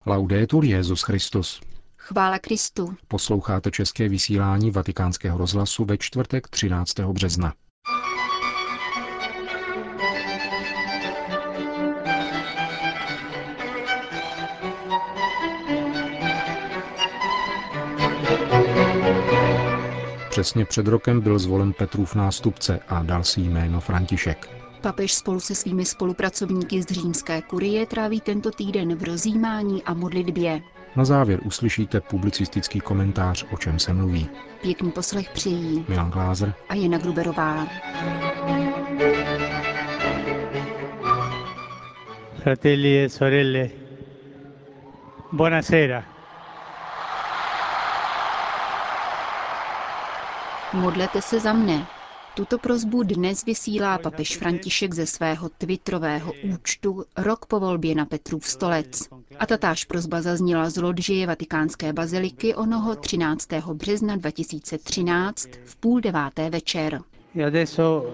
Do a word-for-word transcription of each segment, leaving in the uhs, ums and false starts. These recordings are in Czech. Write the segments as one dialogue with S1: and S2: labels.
S1: Laudetur Jesus Christus.
S2: Chvála Kristu.
S1: Posloucháte české vysílání Vatikánského rozhlasu ve čtvrtek třináctého března. Přesně před rokem byl zvolen Petrův nástupce a dal si jméno František.
S2: Papež spolu se svými spolupracovníky z římské kurie tráví tento týden v rozjímání a modlitbě.
S1: Na závěr uslyšíte publicistický komentář, o čem se mluví.
S2: Pěkný poslech přijí
S1: Milan Glázer
S2: a Jana Gruberová.
S3: Fratelli e sorelle, buonasera.
S2: Modlete se za mne. Tuto prosbu dnes vysílá papež František ze svého twitterového účtu rok po volbě na Petrův stolec. A tatáž prosba zazněla z lodžie vatikánské baziliky onoho třináctého března dva tisíce třináct v půl deváté večer.
S3: E adesso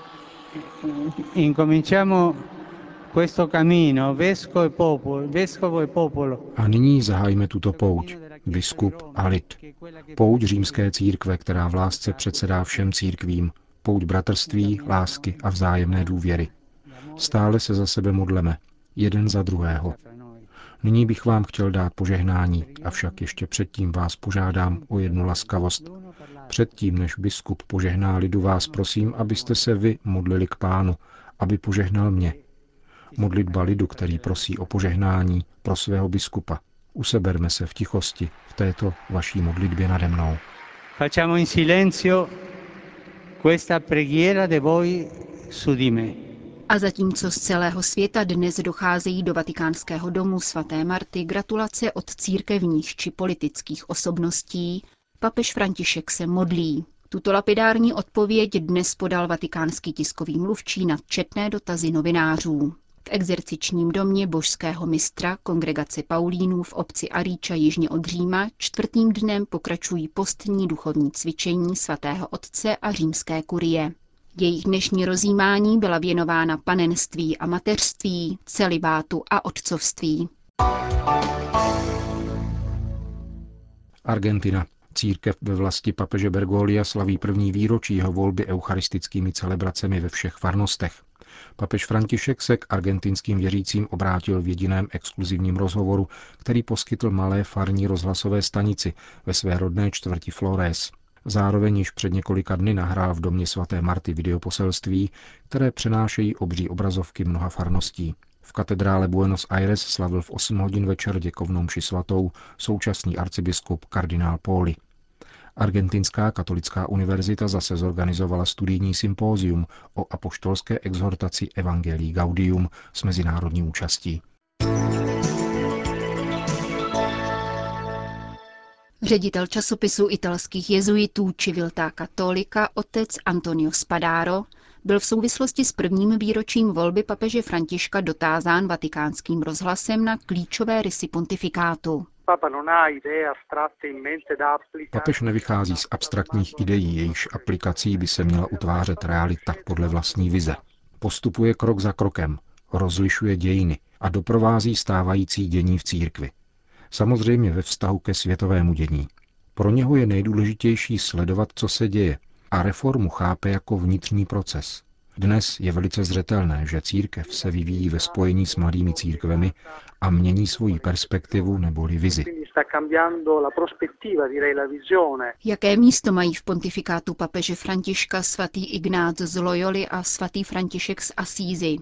S3: incominciamo questo cammino vescovo e popolo, vescovo e popolo.
S1: A nyní zahájíme tuto pouť, biskup a lid. Pouť římské církve, která v lásce předsedá všem církvím. Pouť bratrství, lásky a vzájemné důvěry. Stále se za sebe modleme, jeden za druhého. Nyní bych vám chtěl dát požehnání, avšak ještě předtím vás požádám o jednu laskavost. Předtím, než biskup požehná lidu, vás prosím, abyste se vy modlili k Pánu, aby požehnal mě. Modlitba lidu, který prosí o požehnání pro svého biskupa. Useberme se v tichosti v této vaší modlitbě nade mnou.
S3: Facciamo in silenzio questa preghiera de voi su di me.
S2: A zatímco z celého světa dnes docházejí do vatikánského domu svaté Marty gratulace od církevních či politických osobností, papež František se modlí. Tuto lapidární odpověď dnes podal vatikánský tiskový mluvčí na četné dotazy novinářů. V exercičním domě božského mistra kongregace Paulínů v obci Aríča jižně od Říma čtvrtým dnem pokračují postní duchovní cvičení svatého otce a římské kurie. Jejich dnešní rozjímání byla věnována panenství a mateřství, celibátu a otcovství.
S1: Argentina. Církev ve vlasti papeže Bergoglio slaví první výročí jeho volby eucharistickými celebracemi ve všech farnostech. Papež František se k argentinským věřícím obrátil v jediném exkluzivním rozhovoru, který poskytl malé farní rozhlasové stanici ve své rodné čtvrti Flores. Zároveň již před několika dny nahrál v domě svaté Marty videoposelství, které přenášejí obří obrazovky mnoha farností. V katedrále Buenos Aires slavil v osm hodin večer děkovnou mši svatou současný arcibiskup kardinál Poli. Argentinská katolická univerzita zase zorganizovala studijní sympózium o apoštolské exhortaci Evangelii Gaudium s mezinárodní účastí.
S2: Ředitel časopisu italských jezuitů Civiltà Cattolica otec Antonio Spadaro byl v souvislosti s prvním výročím volby papeže Františka dotázán vatikánským rozhlasem na klíčové rysy pontifikátu.
S1: Papež nevychází z abstraktních ideí, jejichž aplikací by se měla utvářet realita podle vlastní vize. Postupuje krok za krokem, rozlišuje dějiny a doprovází stávající dění v církvi. Samozřejmě ve vztahu ke světovému dění. Pro něho je nejdůležitější sledovat, co se děje, a reformu chápe jako vnitřní proces. Dnes je velice zřetelné, že církev se vyvíjí ve spojení s mladými církvemi a mění svoji perspektivu neboli vizi.
S2: Jaké místo mají v pontifikátu papeže Františka svatý Ignác z Loyoli a svatý František z Assisi?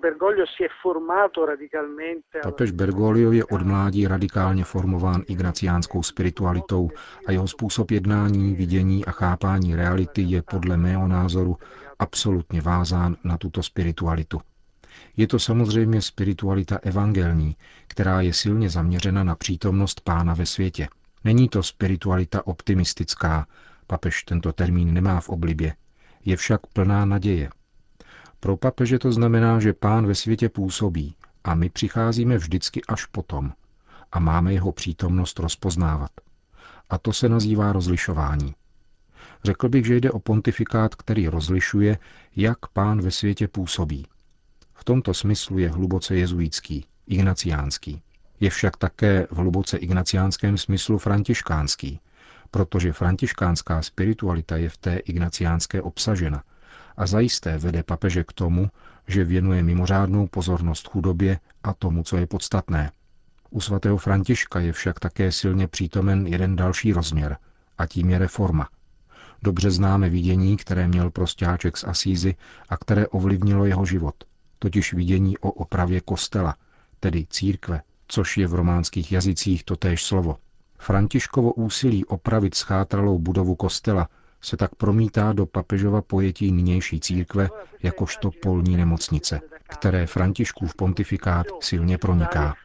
S1: Papež Bergoglio je od mládí radikálně formován ignaciánskou spiritualitou a jeho způsob jednání, vidění a chápání reality je podle mého názoru absolutně vázán na tuto spiritualitu. Je to samozřejmě spiritualita evangelní, která je silně zaměřena na přítomnost Pána ve světě. Není to spiritualita optimistická, papež tento termín nemá v oblibě, je však plná naděje. Pro papeže to znamená, že Pán ve světě působí a my přicházíme vždycky až potom a máme jeho přítomnost rozpoznávat. A to se nazývá rozlišování. Řekl bych, že jde o pontifikát, který rozlišuje, jak Pán ve světě působí. V tomto smyslu je hluboce jezuitský, ignaciánský. Je však také v hluboce ignaciánském smyslu františkánský, protože františkánská spiritualita je v té ignaciánské obsažena a zajisté vede papeže k tomu, že věnuje mimořádnou pozornost chudobě a tomu, co je podstatné. U svatého Františka je však také silně přítomen jeden další rozměr, a tím je reforma. Dobře známe vidění, které měl prosťáček z Asízy a které ovlivnilo jeho život, totiž vidění o opravě kostela, tedy církve, což je v románských jazycích totéž slovo. Františkovo úsilí opravit schátralou budovu kostela se tak promítá do papežova pojetí nynější církve jakožto polní nemocnice, které Františkův pontifikát silně proniká.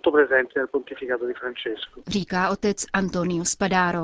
S2: Říká otec Antonio Spadaro.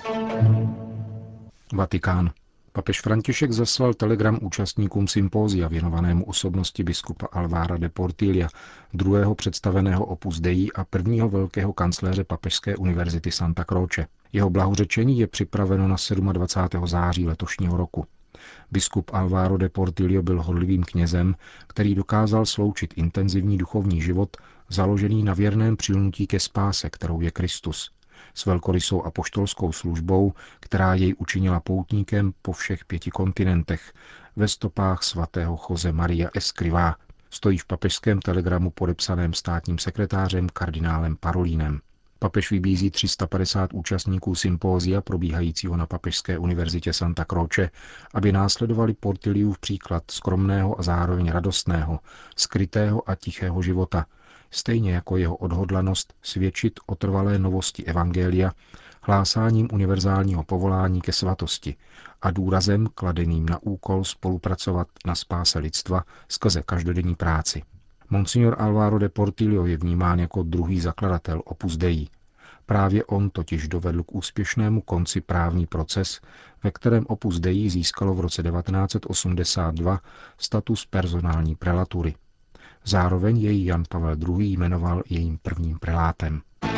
S1: Vatikán. Papež František zaslal telegram účastníkům sympózia věnovanému osobnosti biskupa Alvara de Portilla, druhého představeného Opus Dei a prvního velkého kancléře Papežské univerzity Santa Croce. Jeho blahořečení je připraveno na dvacátého sedmého září letošního roku. Biskup Alvaro de Portillo byl horlivým knězem, který dokázal sloučit intenzivní duchovní život, založený na věrném přilnutí ke spáse, kterou je Kristus, s velkorysou apoštolskou službou, která jej učinila poutníkem po všech pěti kontinentech, ve stopách svatého Jose Maria Escrivá, stojí v papežském telegramu podepsaném státním sekretářem kardinálem Parolínem. Papež vybízí tři sta padesát účastníků sympózia probíhajícího na Papežské univerzitě Santa Croce, aby následovali Portilliův příklad skromného a zároveň radostného, skrytého a tichého života, stejně jako jeho odhodlanost svědčit o trvalé novosti evangelia, hlásáním univerzálního povolání ke svatosti a důrazem kladeným na úkol spolupracovat na spáse lidstva skrze každodenní práci. Monsignor Alvaro de Portillo je vnímán jako druhý zakladatel Opus Dei. Právě on totiž dovedl k úspěšnému konci právní proces, ve kterém Opus Dei získalo v roce devatenáct set osmdesát dva status personální prelatury. Zároveň jej Jan Pavel druhý. Jmenoval jejím prvním prelátem.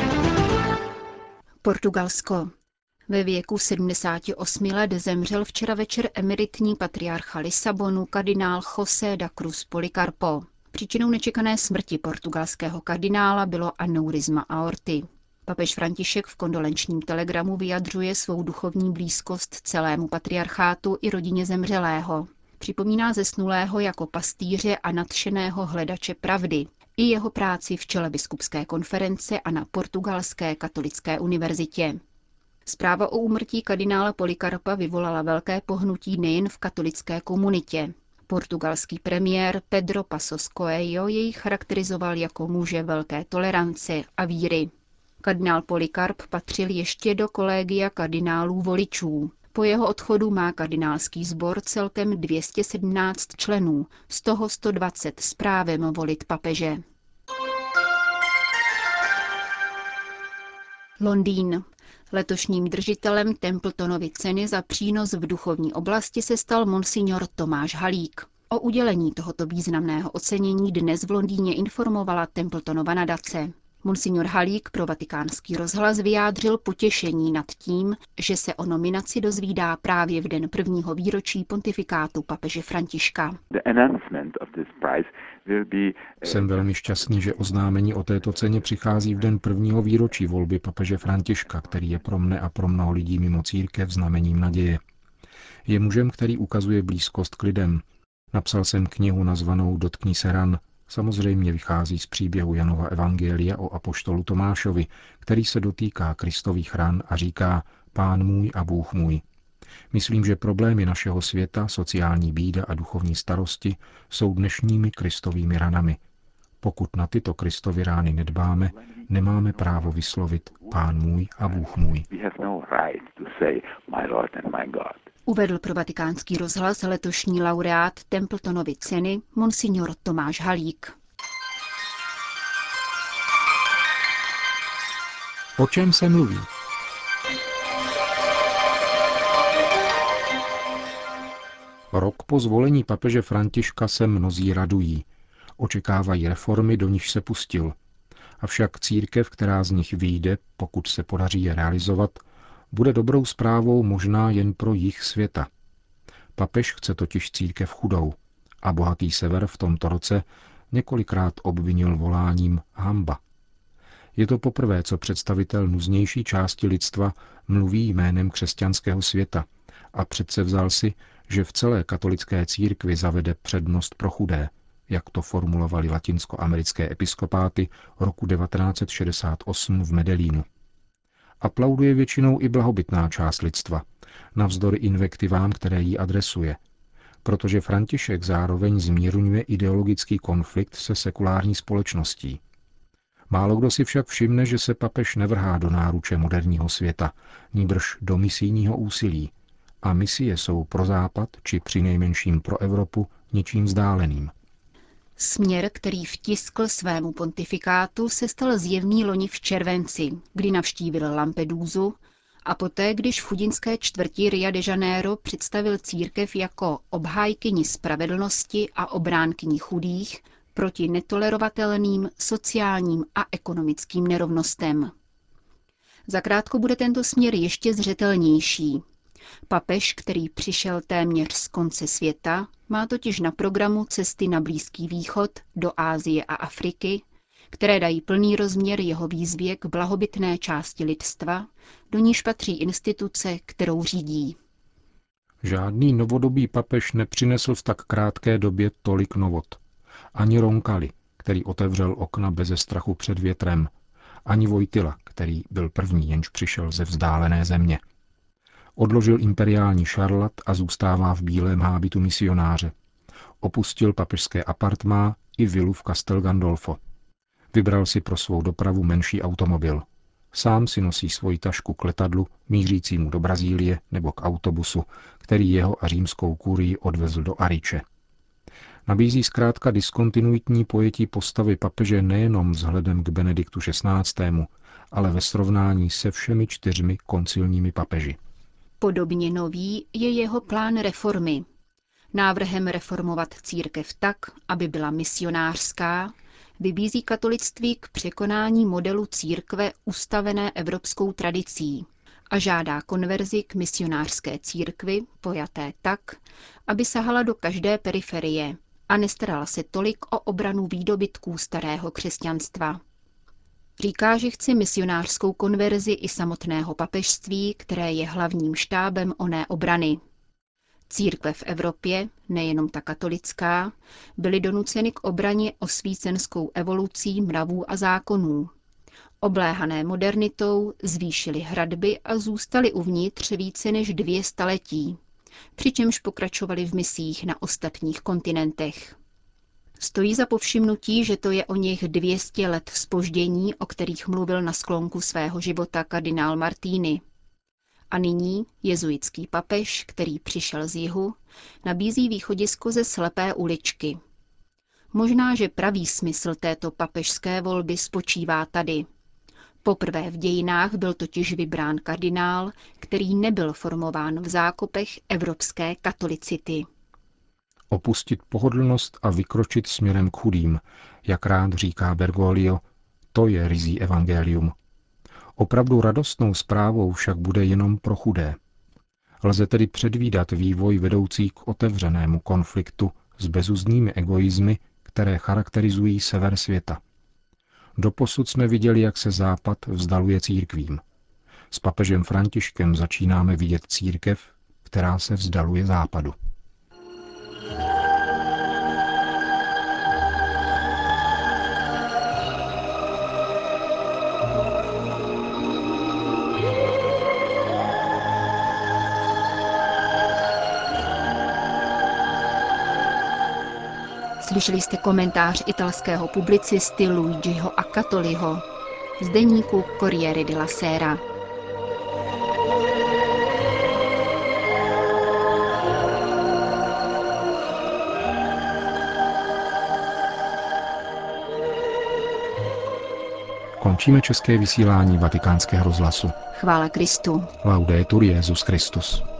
S2: Portugalsko. Ve věku sedmdesáti osmi let zemřel včera večer emeritní patriarcha Lisabonu kardinál José da Cruz Policarpo. Příčinou nečekané smrti portugalského kardinála bylo aneurisma aorty. Papež František v kondolenčním telegramu vyjadřuje svou duchovní blízkost celému patriarchátu i rodině zemřelého. Připomíná zesnulého jako pastýře a nadšeného hledače pravdy i jeho práci v čele biskupské konference a na Portugalské katolické univerzitě. Zpráva o úmrtí kardinála Policarpa vyvolala velké pohnutí nejen v katolické komunitě. Portugalský premiér Pedro Passos Coelho jej charakterizoval jako muže velké tolerance a víry. Kardinál Policarp patřil ještě do kolegia kardinálů voličů. Po jeho odchodu má kardinálský sbor celkem dvě stě sedmnáct členů, z toho sto dvacet s právem volit papeže. Londýn. Letošním držitelem Templetonovy ceny za přínos v duchovní oblasti se stal monsignor Tomáš Halík. O udělení tohoto významného ocenění dnes v Londýně informovala Templetonova nadace. Monsignor Halík pro Vatikánský rozhlas vyjádřil potěšení nad tím, že se o nominaci dozvídá právě v den prvního výročí pontifikátu papeže Františka.
S1: Jsem velmi šťastný, že oznámení o této ceně přichází v den prvního výročí volby papeže Františka, který je pro mne a pro mnoho lidí mimo církev znamením naděje. Je mužem, který ukazuje blízkost k lidem. Napsal jsem knihu nazvanou Dotkni se ran. Samozřejmě vychází z příběhu Janova evangelia o apoštolu Tomášovi, který se dotýká Kristových ran a říká Pán můj a Bůh můj. Myslím, že problémy našeho světa, sociální bída a duchovní starosti jsou dnešními Kristovými ranami. Pokud na tyto Kristovy rány nedbáme, nemáme právo vyslovit Pán můj a Bůh můj.
S2: Uvedl pro Vatikánský rozhlas letošní laureát Templetonovy ceny monsignor Tomáš Halík.
S1: O čem se mluví? Rok po zvolení papeže Františka se mnozí radují. Očekávají reformy, do nich se pustil. Avšak církev, která z nich vyjde, pokud se podaří je realizovat, bude dobrou zprávou možná jen pro jih světa. Papež chce totiž církev chudou a bohatý sever v tomto roce několikrát obvinil voláním hamba. Je to poprvé, co představitel nuznější části lidstva mluví jménem křesťanského světa a předsevzal si, že v celé katolické církvi zavede přednost pro chudé, jak to formulovali latinskoamerické episkopáty roku devatenáct set šedesát osm v Medellínu. Aplauduje většinou i blahobytná část lidstva, navzdory invektivám, které jí adresuje, protože František zároveň zmírňuje ideologický konflikt se sekulární společností. Málo kdo si však všimne, že se papež nevrhá do náruče moderního světa, nýbrž do misijního úsilí, a misie jsou pro Západ, či přinejmenším pro Evropu, ničím vzdáleným.
S2: Směr, který vtiskl svému pontifikátu, se stal zjevný loni v červenci, kdy navštívil Lampedusu a poté, když v chudinské čtvrti Rio de Janeiro představil církev jako obhájkyni spravedlnosti a obránkyni chudých proti netolerovatelným sociálním a ekonomickým nerovnostem. Zakrátko bude tento směr ještě zřetelnější. Papež, který přišel téměř z konce světa, má totiž na programu cesty na Blízký východ, do Asie a Afriky, které dají plný rozměr jeho výzvě k blahobytné části lidstva, do níž patří instituce, kterou řídí.
S1: Žádný novodobý papež nepřinesl v tak krátké době tolik novot. Ani Roncalli, který otevřel okna beze strachu před větrem, ani Wojtyla, který byl první, jenž přišel ze vzdálené země. Odložil imperiální šarlat a zůstává v bílém hábitu misionáře. Opustil papežské apartmá i vilu v Castel Gandolfo. Vybral si pro svou dopravu menší automobil. Sám si nosí svoji tašku k letadlu, mířícímu do Brazílie nebo k autobusu, který jeho a římskou kurii odvezl do Ariče. Nabízí zkrátka diskontinuitní pojetí postavy papeže nejenom vzhledem k Benediktu šestnáctému, ale ve srovnání se všemi čtyřmi koncilními papeži.
S2: Podobně nový je jeho plán reformy. Návrhem reformovat církev tak, aby byla misionářská, vybízí katolictví k překonání modelu církve ustavené evropskou tradicí a žádá konverzi k misionářské církvi, pojaté tak, aby sahala do každé periferie a nestarala se tolik o obranu výdobytků starého křesťanstva. Říká, že chce misionářskou konverzi i samotného papežství, které je hlavním štábem oné obrany. Církve v Evropě, nejenom ta katolická, byly donuceny k obraně osvícenskou evolucí mravů a zákonů. Obléhané modernitou zvýšily hradby a zůstaly uvnitř více než dvě staletí, přičemž pokračovali v misích na ostatních kontinentech. Stojí za povšimnutí, že to je o něch dvě stě let zpoždění, o kterých mluvil na sklonku svého života kardinál Martini. A nyní jezuitský papež, který přišel z jihu, nabízí východisko ze slepé uličky. Možná, že pravý smysl této papežské volby spočívá tady. Poprvé v dějinách byl totiž vybrán kardinál, který nebyl formován v zákopech evropské katolicity.
S1: Opustit pohodlnost a vykročit směrem k chudým, jak rád říká Bergoglio, to je ryzí evangelium. Opravdu radostnou zprávou však bude jenom pro chudé. Lze tedy předvídat vývoj vedoucí k otevřenému konfliktu s bezuzdnými egoizmy, které charakterizují sever světa. Doposud jsme viděli, jak se Západ vzdaluje církvím. S papežem Františkem začínáme vidět církev, která se vzdaluje Západu.
S2: Slyšeli jste komentář italského publicisty Luigiho Acatoliho z deníku Corriere della Sera.
S1: Končíme české vysílání Vatikánského rozhlasu.
S2: Chvála Kristu.
S1: Laudetur Jesus Christus.